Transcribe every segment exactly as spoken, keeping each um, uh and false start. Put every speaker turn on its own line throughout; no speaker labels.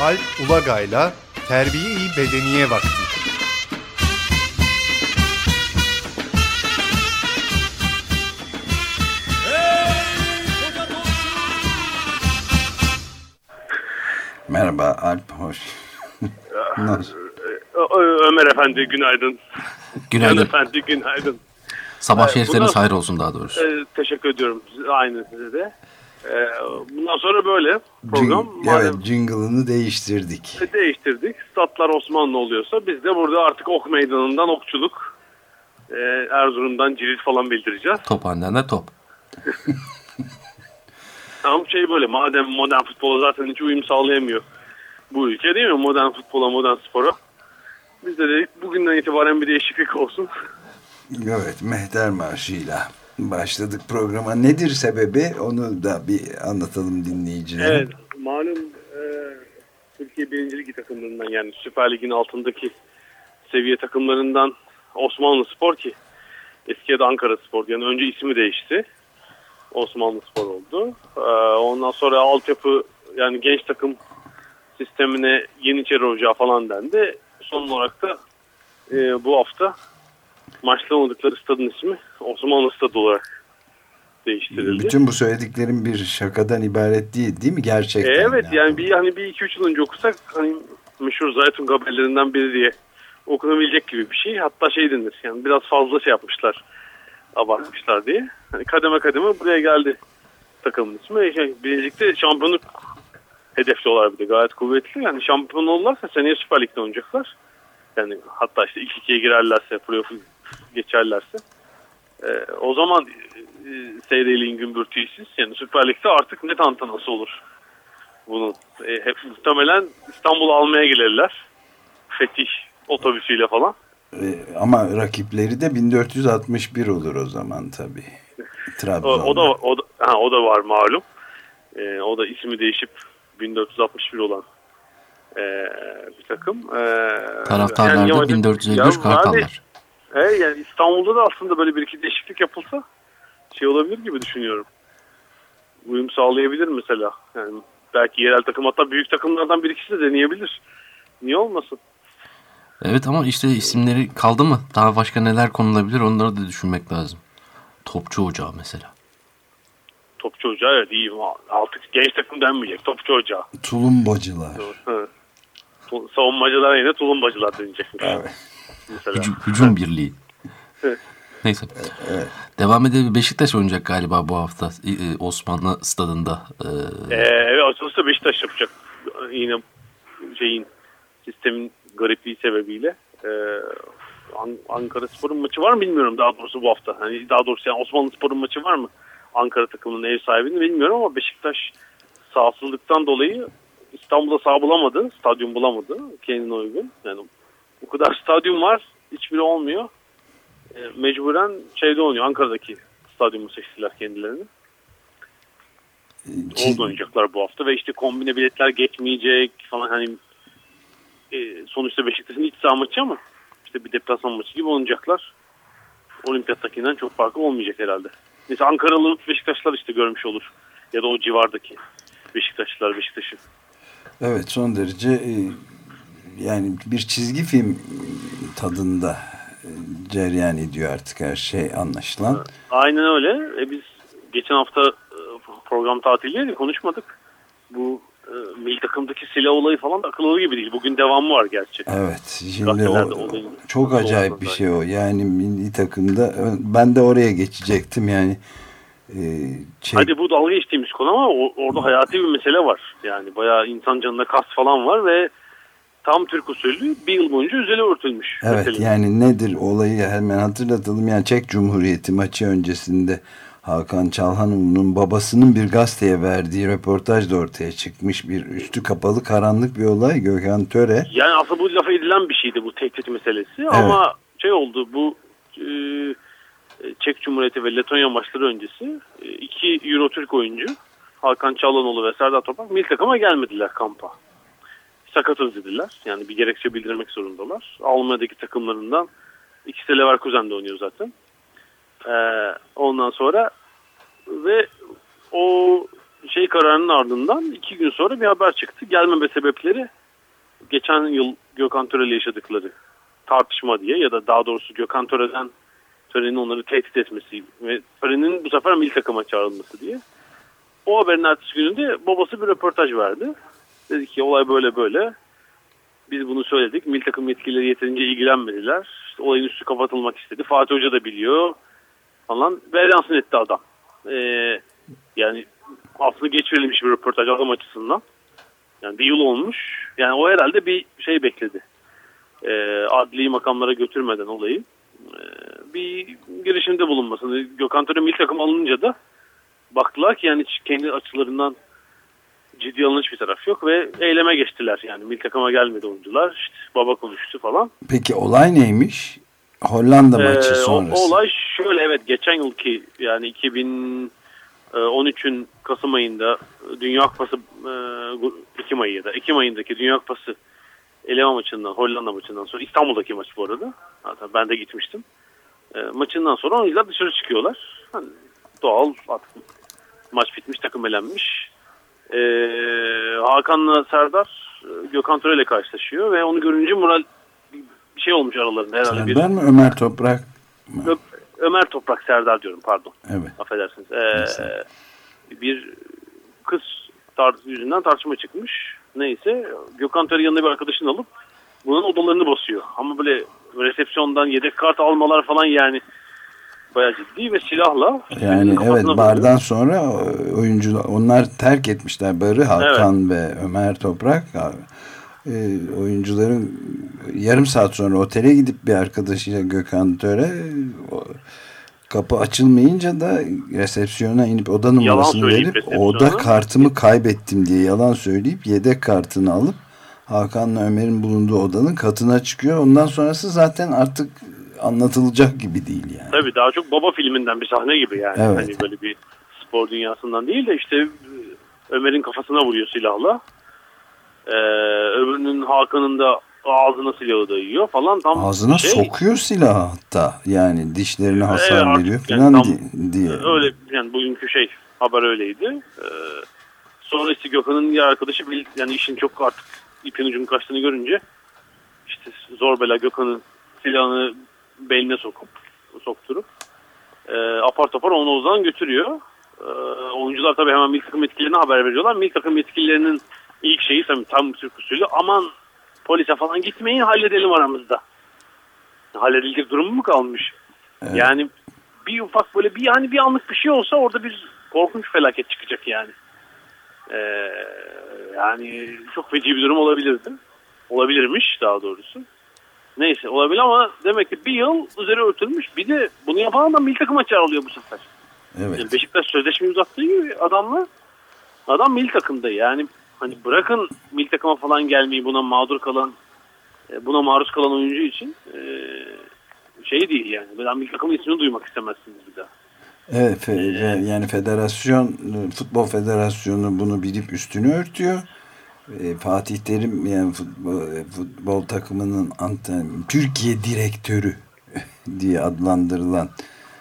Alp Ulagay'la Terbiye-i Bedeniye Vakti.
Merhaba Alp, hoş.
Ömer Efendi günaydın.
Günaydın.
Ömer Efendi günaydın.
Sabah şerifleriniz hayır olsun daha doğrusu.
E, teşekkür ediyorum. Aynı size de. E, bundan sonra böyle program.
Cing, evet, jingle'ını değiştirdik.
E, değiştirdik. Statlar Osmanlı oluyorsa biz de burada artık Ok Meydanı'ndan okçuluk, e, Erzurum'dan cirit falan bildireceğiz.
Tophane'den de top.
Ama şey böyle, madem modern futbola zaten hiç uyum sağlayamıyor bu ülke, değil mi? Modern futbola, modern spora. Biz de dedik bugünden itibaren bir değişiklik olsun.
Evet, Mehter Marşı'yla başladık programa. Nedir sebebi? Onu da bir anlatalım dinleyicilere.
Evet, malum e, Türkiye birinci Ligi takımlarından, yani Süper Lig'in altındaki seviye takımlarından Osmanlı Spor, ki eski adı Ankara Spor, yani önce ismi değişti. Osmanlı Spor oldu. E, ondan sonra altyapı, yani genç takım sistemine Yeniçeri Ocağı falan dendi. Son olarak da e, bu hafta maçlamadıkları stadın ismi Osmanlı Stadı olarak değiştirildi.
Bütün bu söylediklerim bir şakadan ibaret değil, değil mi? Gerçekten.
E, evet yani, yani bir hani bir iki üç yıl önce okusak hani meşhur Zaytun haberlerinden biri diye okunabilecek gibi bir şey. Hatta şey denir, yani biraz fazla şey yapmışlar, abartmışlar diye. Hani kademe kademe buraya geldi takımın ismi. Yani Birincilikte şampiyonluk hedefliyorlar, bir de gayet kuvvetli. Yani şampiyon olurlarsa seneye Süper Lig'de oynayacaklar. Yani hatta işte ilk ikiye girerlerse, playoff'u geçerlerse e, o zaman e, seyreliğin gümbürtüsüz, yani Süper Lig'de artık ne tantanası olur bunun. E, hep muhtemelen İstanbul'u almaya gelirler. Fetih otobüsüyle falan.
E, ama rakipleri de bin dört yüz altmış bir olur o zaman tabii. Trabzon'da.
O, o da o da ha, o da var malum. E, o da ismi değişip bin dört yüz altmış bir olan Ee, bir takım. Ee,
Taraftarlar da yani bin dört yüz elli üç Kartallar.
E, yani İstanbul'da da aslında böyle bir iki değişiklik yapılsa şey olabilir gibi düşünüyorum. Uyum sağlayabilir mesela. Yani belki yerel takım, hatta büyük takımlardan bir ikisi de deneyebilir. Niye olmasın?
Evet, ama işte isimleri kaldı mı? Daha başka neler konulabilir, onları da düşünmek lazım. Topçu Ocağı mesela.
Topçu Ocağı, evet, iyi. Artık genç takım denmeyecek. Topçu Ocağı.
Tulumbacılar.
Evet. Savunmacılar yine tulumbacılar denecekmiş.
Evet.
Hücum, hücum birliği. Neyse.
Evet.
Devam edelim. Beşiktaş oynayacak galiba bu hafta Osmanlı Stadı'nda.
Ee, evet, açılışta Beşiktaş yapacak. Yine şeyin, sistemin garipliği sebebiyle. Ee, Ankara Spor'un maçı var mı bilmiyorum, daha doğrusu bu hafta. Hani daha doğrusu yani Osmanlı Spor'un maçı var mı? Ankara takımının ev sahibini bilmiyorum ama Beşiktaş sahasızlıktan dolayı İstanbul'da saha bulamadı, stadyum bulamadı kendine uygun. Yani bu kadar stadyum var, hiçbiri olmuyor. E, mecburen şeyde oynuyor, Ankara'daki stadyumu seçtiler kendilerini. Orada oynayacaklar bu hafta ve işte kombine biletler geçmeyecek falan, hani e, sonuçta Beşiktaş'ın iç saha maçı ama işte bir deplasman maçı gibi oynayacaklar. Olimpiyat'takinden çok farkı olmayacak herhalde. Neyse, Ankaralı Beşiktaşlar işte görmüş olur. Ya da o civardaki Beşiktaşlılar Beşiktaş'ı.
Evet, son derece yani bir çizgi film tadında cereyan ediyor artık her şey, anlaşılan.
Aynen öyle. E biz geçen hafta program tatiliyle konuşmadık. Bu e, milli takımdaki silah olayı falan da akıl alır gibi değil. Bugün devamı var gerçi.
Evet. Şimdi o, çok acayip bir şey o. Yani milli takımda ben de oraya geçecektim yani.
Şey... Hadi bu dalga geçtiğimiz konu ama orada hayati bir mesele var. Yani bayağı insan canına kast falan var ve tam Türk usulü bir yıl boyunca üzeri örtülmüş.
Evet mesele. Yani nedir olayı hemen hatırlatalım. Yani Çek Cumhuriyeti maçı öncesinde Hakan Çalhanoğlu'nun babasının bir gazeteye verdiği röportaj da ortaya çıkmış. Bir üstü kapalı karanlık bir olay. Gökhan Töre.
Yani aslında bu lafa edilen bir şeydi bu tehdit meselesi. Evet. Ama şey oldu, bu e, Çek Cumhuriyeti ve Letonya maçları öncesi iki Euro-Türk oyuncu Hakan Çalhanoğlu ve Serdar Toprak milli takıma gelmediler kampa. Sakatız dediler. Yani bir gerekçe bildirmek zorundalar. Almanya'daki takımlarından ikisi de Leverkusen'de oynuyor zaten. Ee, ondan sonra ve o şey kararının ardından iki gün sonra bir haber çıktı. Gelmeme sebepleri geçen yıl Gökhan Töre'yle yaşadıkları tartışma diye ya da daha doğrusu Gökhan Töre'den Töre'nin onları tehdit etmesi ve Töre'nin bu sefer milli takıma çağrılması diye. O haberin ertesi gününde babası bir röportaj verdi. Dedi ki olay böyle böyle. Biz bunu söyledik. Milli takım yetkilileri yeterince ilgilenmediler. İşte olayın üstü kapatılmak istedi. Fatih Hoca da biliyor falan. Ve yansın etti adam. Ee, yani aslında geç verilmiş bir röportaj adam açısından. Yani bir yıl olmuş. Yani o herhalde bir şey bekledi. Ee, adli makamlara götürmeden olayı. Ee, bir girişimde bulunmasını. Gökhan Töre milli takım alınınca da baktılar ki yani kendi açılarından ciddi alınmış bir taraf yok ve eyleme geçtiler. Yani milli takıma gelmedi oyuncular. İşte baba konuştu falan.
Peki olay neymiş? Hollanda
ee,
maçı sonrası.
O, olay şöyle, evet, geçen yılki yani iki bin on üçün Kasım ayında Dünya Kupası Ekim ayında Ekim ayındaki Dünya Kupası eleme maçından, Hollanda maçından sonra, İstanbul'daki maç bu arada. Zaten ben de gitmiştim. E, maçından sonra oyuncular dışarı çıkıyorlar. Hani doğal, artık maç bitmiş, takım elenmiş. E, Hakan'la Serdar Gökhan Töre ile karşılaşıyor ve onu görünce moral bir şey olmuş aralarında herhalde.
Serdar bir... mı Ömer Toprak mı?
Ö Ömer Toprak, Serdar diyorum, pardon.
Evet.
Affedersiniz. E, bir kız tar yüzünden tartışma çıkmış. Neyse Gökhan Töre yanında bir arkadaşını alıp bunun odalarını basıyor. Ama böyle resepsiyondan yedek kart almalar falan, yani bayağı ciddi ve silahla.
Yani evet, bardan sonra oyuncular, onlar terk etmişler barı, Hakan evet. ve Ömer Toprak. E, oyuncuların yarım saat sonra otele gidip bir arkadaşıyla Gökhan Töre, kapı açılmayınca da resepsiyona inip oda numarasını verip oda kartımı kaybettim diye yalan söyleyip yedek kartını alıp Hakan'la Ömer'in bulunduğu odanın katına çıkıyor. Ondan sonrası zaten artık anlatılacak gibi değil yani.
Tabii daha çok baba filminden bir sahne gibi yani.
Evet.
Hani böyle bir spor dünyasından değil de işte Ömer'in kafasına vuruyor silahla. Ee, öbürünün, Hakan'ın da ağzına silahı dayıyor falan. Tam
ağzına
şey,
sokuyor silahı hatta. Yani dişlerine hasar
evet,
veriyor
yani
falan diye.
Öyle yani, bugünkü şey haber öyleydi. Ee, sonra işte Gökhan'ın ya arkadaşı, yani işin çok artık ipin ucunun kaçtığını görünce işte zor bela Gökhan'ın silahını beline sokup sokturup e, apar topar onu Ozan götürüyor. E, oyuncular tabii hemen milli takım yetkililerine haber veriyorlar. Milli takım yetkililerinin ilk şeyi tabii tam Türk usulü, aman polise falan gitmeyin, halledelim aramızda. Halledilecek durum mu kalmış? Evet. Yani bir ufak böyle bir yani bir anlık bir şey olsa orada bir korkunç felaket çıkacak yani. Ee, yani çok feci bir durum olabilirdi. Olabilirmiş daha doğrusu. Neyse, olabilir ama demek ki bir yıl üzeri örtülmüş. Bir de bunu yapan adam milli takıma çağrılıyor bu sefer.
Evet.
Yani Beşiktaş sözleşmeyi uzattığı gibi adamla adam milli takımda yani. Hani bırakın milli takıma falan gelmeyi, buna mağdur kalan, buna maruz kalan oyuncu için şey değil yani. Ben milli takımın ismini duymak istemezsiniz bir daha.
Evet, yani federasyon, futbol federasyonu bunu bilip üstünü örtüyor. Fatih Terim, yani futbol, futbol takımının Türkiye direktörü diye adlandırılan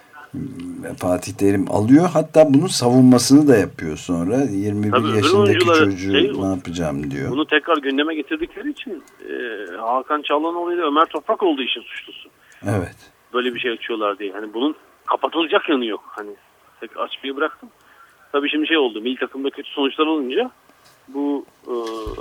Fatih Terim alıyor. Hatta bunun savunmasını da yapıyor sonra. yirmi bir Tabii, yaşındaki çocuğu şey, ne yapacağım diyor.
Bunu tekrar gündeme getirdikleri için e, Hakan Çalhanoğlu ile Ömer Toprak olduğu için suçlusu.
Evet.
Böyle bir şey açıyorlar diye. Hani bunun kapatılacak yanı yok. Hani tek açmayı bıraktım. Tabii şimdi şey oldu. Milli takımda kötü sonuçlar olunca bu e,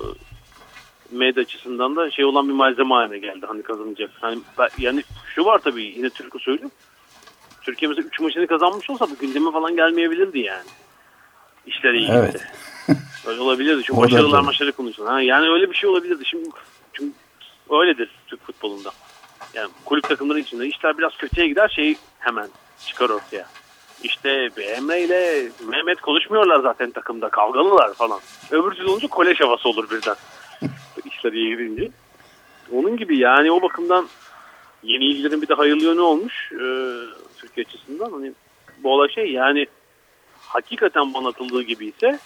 medya açısından da şey olan bir malzeme haline geldi. Hani kazanacak. Hani yani şu var tabii, yine Türk usulü. Türkiye mesela üç maçını kazanmış olsa bu gündeme falan gelmeyebilirdi yani. İşleri iyi
evet.
gitti. Öyle olabilirdi. Çok başarılar maçları konuşulan. Ha, yani öyle bir şey olabilirdi. Şimdi çünkü öyledir Türk futbolunda. Yani kulüp takımları içinde işler biraz kötüye gider, şey hemen çıkar ortaya. İşte Emre ile Mehmet konuşmuyorlar zaten takımda. Kavgalılar falan. Öbür türlü olunca kolej havası olur birden. İşler iyi gidince. Onun gibi yani, o bakımdan yeni ilgilerin bir de hayırlı yönü olmuş. Ee, Türkiye açısından. Hani bu olay şey yani, hakikaten bana atıldığı gibi ise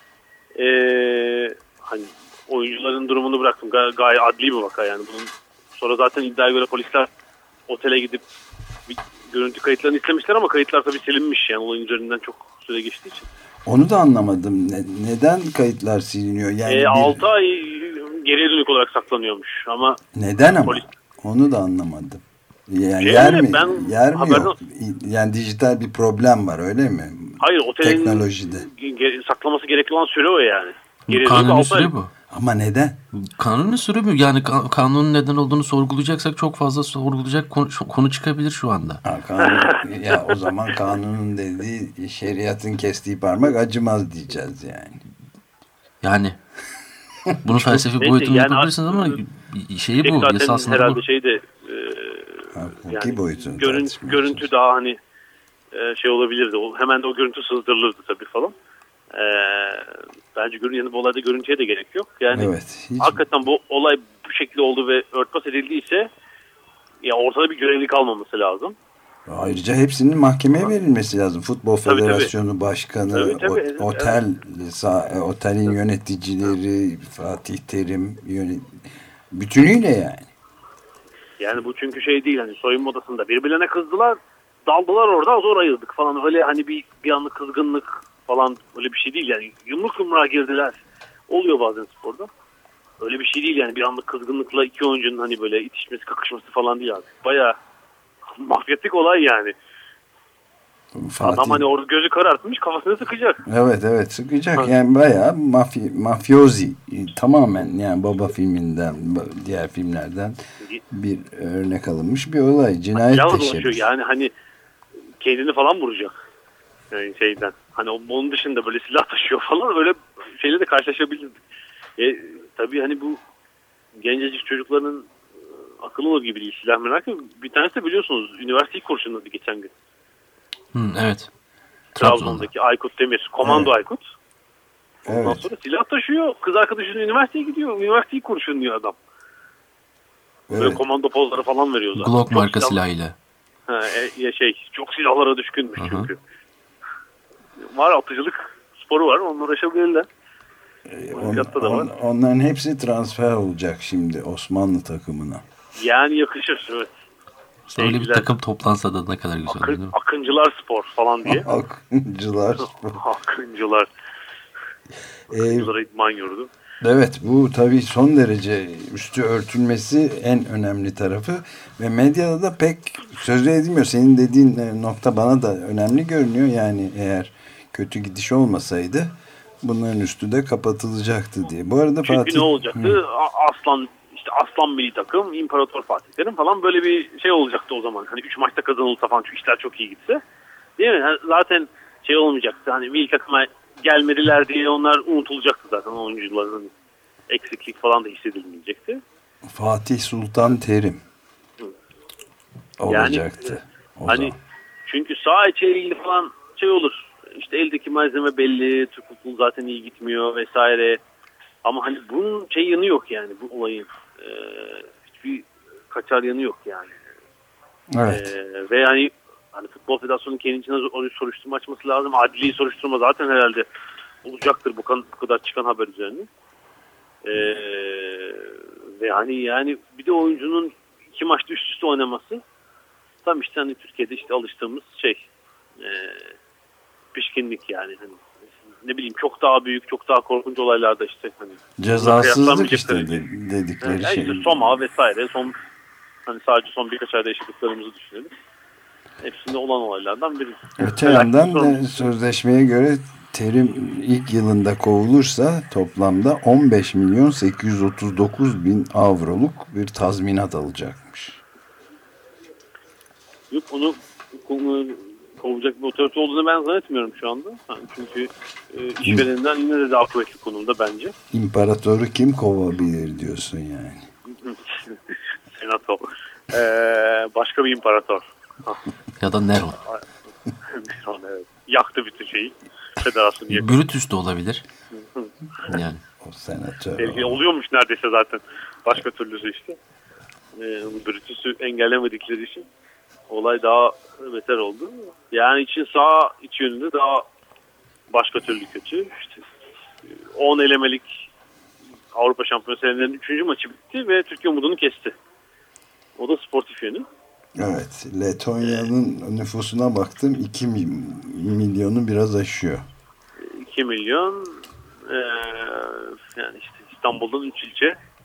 ee, hani oyuncuların durumunu bıraktım. Gay gayet adli bir vaka yani. Bunun sonra zaten iddiaya göre polisler otele gidip bir görüntü kayıtlarını istemişler ama kayıtlar tabii silinmiş yani, olayın üzerinden çok süre geçtiği için.
Onu da anlamadım. Ne, neden kayıtlar siliniyor? Yani
e,
bir...
altı ay geriye dönük olarak saklanıyormuş. Ama
neden ama?
Polis...
Onu da anlamadım. Yani
şey
yer
mi?
mi?
Ben
yer mi
haberden...
yok? Yani dijital bir problem var öyle mi?
Hayır, otelin
teknolojide
saklaması gerekli olan süre o yani. Geriye
kanuni süre bu.
Ama neden?
Kanuni süre mi? Yani kan- kanunun neden olduğunu sorgulayacaksak çok fazla sorgulayacak konu, konu çıkabilir şu anda.
Ha, kanun, ya o zaman kanunun dediği şeriatın kestiği parmak acımaz diyeceğiz yani.
Yani bunu felsefi
neyse,
boyutunu
yani
yapabilirsiniz ama şeyi bu, yasal sınırı
herhalde
bu.
şeyde e,
Ha,
yani
boyutunu
görün, görüntü daha hani e, şey olabilirdi. O, hemen de o görüntü sızdırılırdı tabii falan. E, bence görün, yani bu olayda görüntüye de gerek yok. Yani
evet, hiç...
hakikaten bu olay bu şekilde oldu ve örtbas edildiyse ya ortada bir görevli kalmaması lazım.
Ayrıca hepsinin mahkemeye verilmesi lazım. Futbol
tabii,
Federasyonu
tabii.
Başkanı,
tabii, tabii.
O, otel,
evet.
sah- otelin yöneticileri, Fatih Terim, yönet bütünüyle yani.
Yani bu çünkü şey değil, hani soyunma odasında birbirlerine kızdılar, daldılar orada, zor ayırdık falan, öyle hani bir bir anlık kızgınlık falan, öyle bir şey değil yani. Yumruk yumruğa girdiler. Oluyor bazen sporda. Öyle bir şey değil yani, bir anlık kızgınlıkla iki oyuncunun hani böyle itişmesi, kakışması falan değil abi. Bayağı mafyatik olay yani. Fatih... Adam hani orada gözü karartmış, kafasını sıkacak.
Evet evet sıkacak. Ha. Yani bayağı mafya, mafyozi tamamen, yani Baba filminden, diğer filmlerden bir örnek alınmış bir olay. Cinayet teşebbüsü.
Yani hani kendini falan vuracak. Yani şeyden. Hani onun dışında böyle silah taşıyor falan, öyle şeyle de karşılaşabilirdik. E, tabii hani bu gencecik çocukların akıllı olur gibi değil, silah merakı. Bir tanesi de biliyorsunuz üniversiteyi kurşunladı geçen gün.
Hmm, evet.
Trabzon'daki Aykut Demir. Komando evet. Aykut. Ondan
evet.
sonra silah taşıyor. Kız arkadaşının üniversiteye gidiyor. Üniversiteyi kurşunluyor adam. Evet. Böyle komando pozları falan veriyor zaten.
Glock marka silah... silahıyla.
Ha, e, şey, çok silahlara düşkünmüş Hı-hı. çünkü. Var, atıcılık sporu var. Onunla uğraşabilirler.
Ee, on, on, onların hepsi transfer olacak şimdi Osmanlı takımına.
Yani yakışır. Evet.
Öyle bir takım toplansa da ne kadar güzel
Akın,
değil mi?
Akıncılar spor falan diye.
Akıncılar spor.
Akıncılar. Akıncılara ee, idman yurdu.
Evet, bu tabii son derece üstü örtülmesi en önemli tarafı ve medyada da pek söz edilmiyor. Senin dediğin nokta bana da önemli görünüyor. Yani eğer kötü gidiş olmasaydı bunların üstü de kapatılacaktı diye. Bu arada
Çünkü
Fatih...
ne olacaktı? Hı. Aslan işte Aslan milli takım, İmparator Fatihlerin falan böyle bir şey olacaktı o zaman. Hani üç maçta kazanılsa falan, şu işler çok iyi gitse. Değil mi? Yani zaten şey olmayacaktı. Hani milli takıma gelmediler diye onlar unutulacaktı zaten, oyuncuların eksiklik falan da hissedilmeyecekti.
Fatih Sultan Terim Hı. olacaktı.
Yani, hani çünkü sağ içe ilgili falan şey olur. İşte eldeki malzeme belli, Türk futbolu zaten iyi gitmiyor vesaire. Ama hani bunun şey yanı yok yani, bu olayın. Ee, hiçbir kaçar yanı yok yani.
Evet.
Ee, ve yani hani Futbol Federasyonu'nun kendi içine soruşturma açması lazım. Adli soruşturma zaten herhalde olacaktır bu, kan, bu kadar çıkan haber üzerine. Ee, ve hani yani bir de oyuncunun iki maçta üst üste oynaması tam işte hani Türkiye'de işte alıştığımız şey e, pişkinlik yani. Hani ne bileyim, çok daha büyük, çok daha korkunç olaylarda işte hani
cezasızlık işte de, dedikleri
yani
şey.
İşte Soma vesaire, son hani sadece son birkaç ayda yaşadıklarımızı düşünelim. Hepsinde olan olaylardan biri.
Öte yandan da sözleşmeye göre Terim ilk yılında kovulursa toplamda on beş milyon sekiz yüz otuz dokuz bin avroluk bir tazminat alacakmış.
Yok, onu kovulacak bir otorite olduğunu ben zannetmiyorum şu anda. Yani çünkü e, işvereninden yine de daha kuvvetli konumda bence.
İmparatoru kim kovabilir diyorsun yani.
Senato. Ee, başka bir imparator.
Ya da Neron.
Neron, evet. Yaktı bütün şeyi. Federasyonu yaktı.
Brutus da olabilir. Yani.
O senatör.
Belki oluyormuş neredeyse zaten. Başka türlüsü işte. Ee, Brutus'u engellemedikleri için olay daha beter oldu. Yani için sağ iç yönünde daha başka türlü kötü. İşte on elemelik Avrupa Şampiyonası elemelerinin üçüncü maçı bitti ve Türkiye umudunu kesti. O da sportif yönü.
Evet. Letonya'nın ee, nüfusuna baktım. iki milyonu biraz aşıyor.
iki milyon ee, yani işte İstanbul'dan üç ilçe.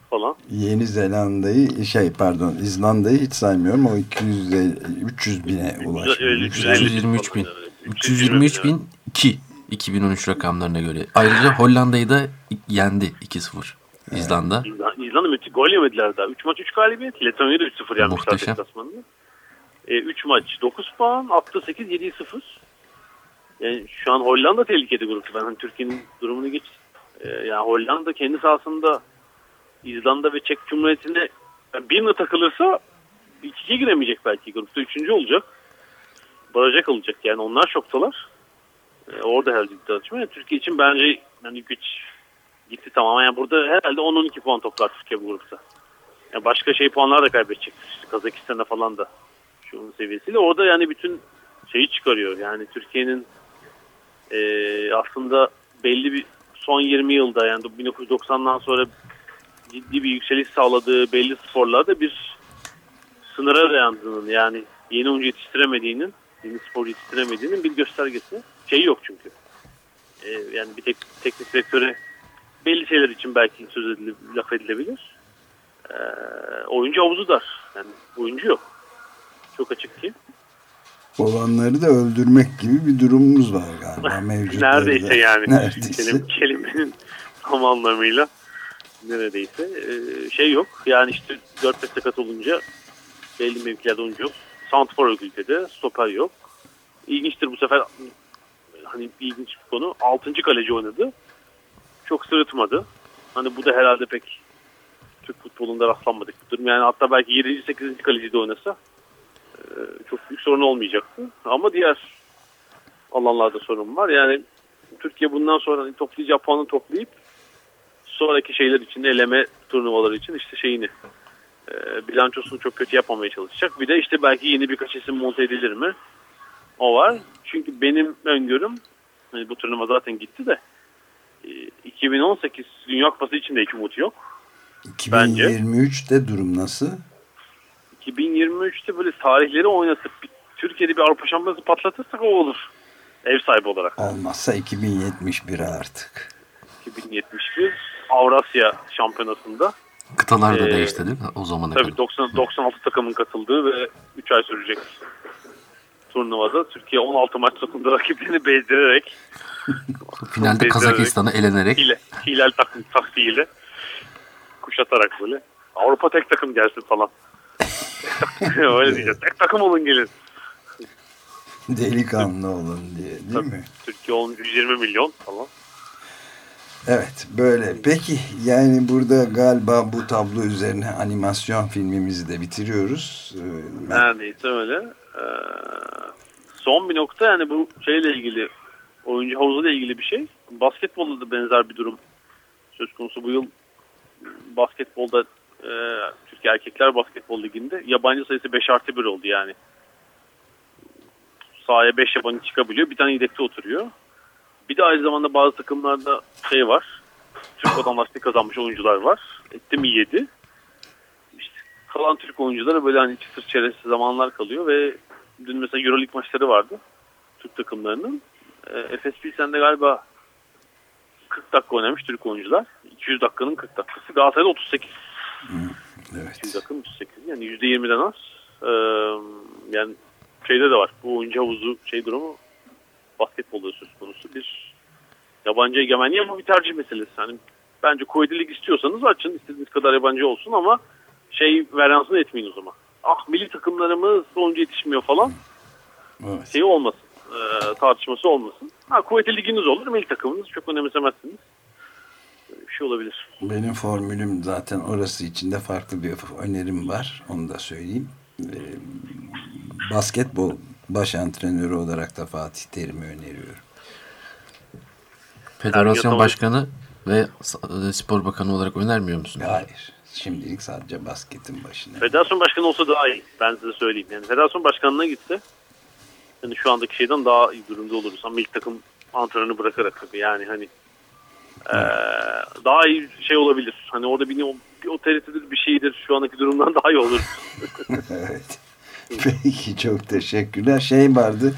falan.
Yeni Zelanda'yı şey pardon İzlanda'yı hiç saymıyorum. O iki yüz üç yüz bine ulaşmış.
üç yüz yirmi üç bin. üç yüz yirmi üç bin iki iki bin on üç rakamlarına göre. Ayrıca Hollanda'yı da yendi iki sıfır. İzlanda.
İzlanda, İzlanda müthiş gol yemediler daha. üç maç üç galibiyet. Letonya'yı da üç sıfır yenmişler deplasmanında. E, üç maç dokuz puan. Attı sekiz yedi sıfır. Yani şu an Hollanda tehlikeli grupta. Ben hani Türkiye'nin durumunu geç. E, yani Hollanda kendi sahasında İzlanda ve Çek Cumhuriyeti'ne yani birine takılırsa ikiye giremeyecek belki grupta. Üçüncü olacak. Baraja kalacak. Yani onlar şoktalar. E, orada herhalde iddia açma. Yani Türkiye için bence yani güç gitti tamamen. Yani burada herhalde on on iki puan toplar Türkiye bu grupta. Yani başka şey puanlar da kaybedecektir. İşte Kazakistan'a falan da şu seviyesiyle. Orada yani bütün şeyi çıkarıyor. Yani Türkiye'nin e, aslında belli bir son yirmi yılda yani bin dokuz yüz doksandan sonra ciddi bir yükseliş sağladığı belli sporlarda bir sınıra dayandığının yani yeni oyuncu yetiştiremediğinin, yeni spor yetiştiremediğinin bir göstergesi. Şey yok çünkü. Ee, yani bir tek teknik direktöre belli şeyler için belki söz edilebilir, laf edilebilir. Ee, oyuncu havuzu dar. Yani oyuncu yok. Çok açık ki.
Olanları da öldürmek gibi bir durumumuz var galiba mevcut.
Neredeyse yani.
Neredeyse.
Kelim, kelimenin tam anlamıyla neredeyse. Ee, şey yok. Yani işte dört beş sakat olunca belli mevkilerde oyuncu yok. Santrfor yok ülkede. Stoper yok. İlginçtir bu sefer hani ilginç bir konu. altıncı kaleci oynadı. Çok sırıtmadı. Hani bu da herhalde pek Türk futbolunda rastlanmadık bir durum. Yani hatta belki yedinci sekizinci kaleci de oynasa çok büyük sorun olmayacaktı. Ama diğer alanlarda sorun var. Yani Türkiye bundan sonra toplayacağı puanı toplayıp sonraki şeyler için, eleme turnuvaları için işte şeyini e, bilançosunu çok kötü yapmamaya çalışacak. Bir de işte belki yeni birkaç isim monte edilir mi? O var. Çünkü benim öngörüm hani bu turnuva zaten gitti de e, iki bin on sekiz Dünya Kupası için de hiç umut yok.
iki bin yirmi üçte durum nasıl?
iki bin yirmi üçte böyle tarihleri oynatıp Türkiye'de bir Avrupa Şampiyonası patlatırsak o olur. Ev sahibi olarak.
Olmazsa iki bin yetmiş bire artık.
iki bin yetmiş bir Avrasya Şampiyonası'nda.
Kıtalar da
ee,
değişti değil mi? O zamana
tabii
kadar.
doksan, doksan altı takımın katıldığı ve üç ay sürecek turnuvada Türkiye on altı maç sonunda rakiplerini bezdirerek
finalde Kazakistan'ı elenerek
hile, hilal takım taktiğiyle kuşatarak böyle Avrupa tek takım gelsin falan. Öyle diyeceğiz. Tek takım olun gelin.
Delikanlı olun diye değil
tabii,
mi?
Türkiye olunca yüz yirmi milyon falan.
Evet böyle. Peki yani burada galiba bu tablo üzerine animasyon filmimizi de bitiriyoruz. Ben...
Neredeyse öyle. Ee, son bir nokta yani bu şeyle ilgili oyuncu havuzuyla ilgili bir şey. Basketbolda da benzer bir durum söz konusu. Bu yıl basketbolda e, Türkiye Erkekler Basketbol Ligi'nde yabancı sayısı beş artı bir oldu yani. Sahaya beş yabancı çıkabiliyor. Bir tane yedekte oturuyor. Bir de aynı zamanda bazı takımlarda şey var. Türk vatandaşlığı kazanmış oyuncular var. Etti mi yedi. İşte kalan Türk oyunculara böyle hani çıtır çerezsiz zamanlar kalıyor ve dün mesela Euroleague maçları vardı. Türk takımlarının. E, Efes Pilsen'de galiba kırk dakika oynamış Türk oyuncular. iki yüz dakikanın kırk dakikası. Galatasaray'da otuz sekiz.
Evet.
iki yüz dakikanın otuz sekiz. Yani yüzde yirmiden az. Ee, yani şeyde de var. Bu oyuncu havuzu şey durumu basketbolda söz konusu bir yabancı egemenliği ama bir tercih meselesi. Yani bence kuvvetlilik istiyorsanız açın. İstediğiniz kadar yabancı olsun ama şey veransını etmeyin o zaman. Ah milli takımlarımız oyuncu yetişmiyor falan.
Evet.
Şey olmasın. E, tartışması olmasın. Ha kuvvetli liginiz olur. Milli takımınız çok önemsemezsiniz. Bir şey olabilir.
Benim formülüm zaten orası içinde farklı bir önerim var. Onu da söyleyeyim. Ee, basketbol baş antrenörü olarak da Fatih Terim'i öneriyorum.
Federasyon Başkanı ve Spor Bakanı olarak önermiyor musun?
Hayır. Şimdilik sadece basketin başına.
Federasyon Başkanı olsa daha iyi. Ben size söyleyeyim. Yani Federasyon Başkanı'na gitse yani şu andaki şeyden daha iyi durumda oluruz. Ama ilk takım antrenörünü bırakarak tabii. Yani hani ee, daha iyi şey olabilir. Hani orada bir, bir otoritedir bir şeydir. Şu andaki durumdan daha iyi olur.
Evet. Peki çok teşekkürler. Şey vardı.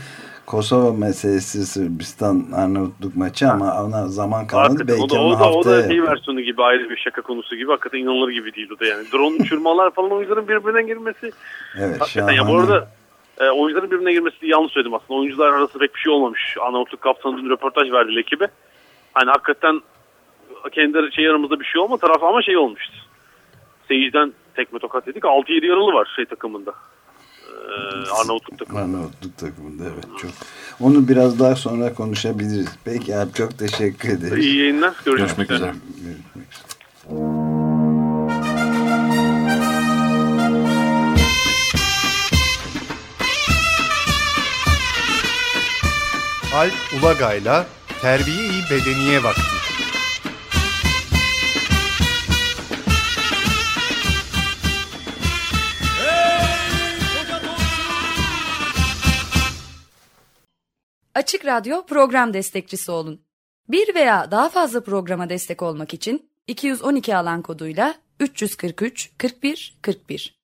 Kosova meselesi Sırbistan Arnavutluk maçı ama ona zaman kalmadı. Belki
o da,
onu
o da, o
haftaya...
da şey versiyonu gibi, ayrı bir şaka konusu gibi. Hakikaten inanılır gibi değil o da yani. Drone uçurmalar falan, oyuncuların birbirine girmesi.
Evet,
hakikaten ya bu arada e, oyuncuların birbirine girmesi yanlış söyledim aslında. Oyuncular arasında pek bir şey olmamış. Arnavutluk kaptanı dün röportaj verdi ekibe. Hani hakikaten kendi şey aramızda bir şey olma tarafı ama şey olmuştu. Seyirciden tekme tokat dedik. altı yedi yaralı var şey takımında. Ee, Arnavutluk takımında.
Arnavutluk takımında evet çok. Onu biraz daha sonra konuşabiliriz. Peki abi, çok teşekkür ederim.
İyi yayınlar. Görüşmek,
Görüşmek üzere.
Görüşmek üzere.
Alp Ulagay'la Terbiye-i Bedeniye Vakti.
Açık Radyo program destekçisi olun. Bir veya daha fazla programa destek olmak için iki yüz on iki alan koduyla üç yüz kırk üç kırk bir kırk bir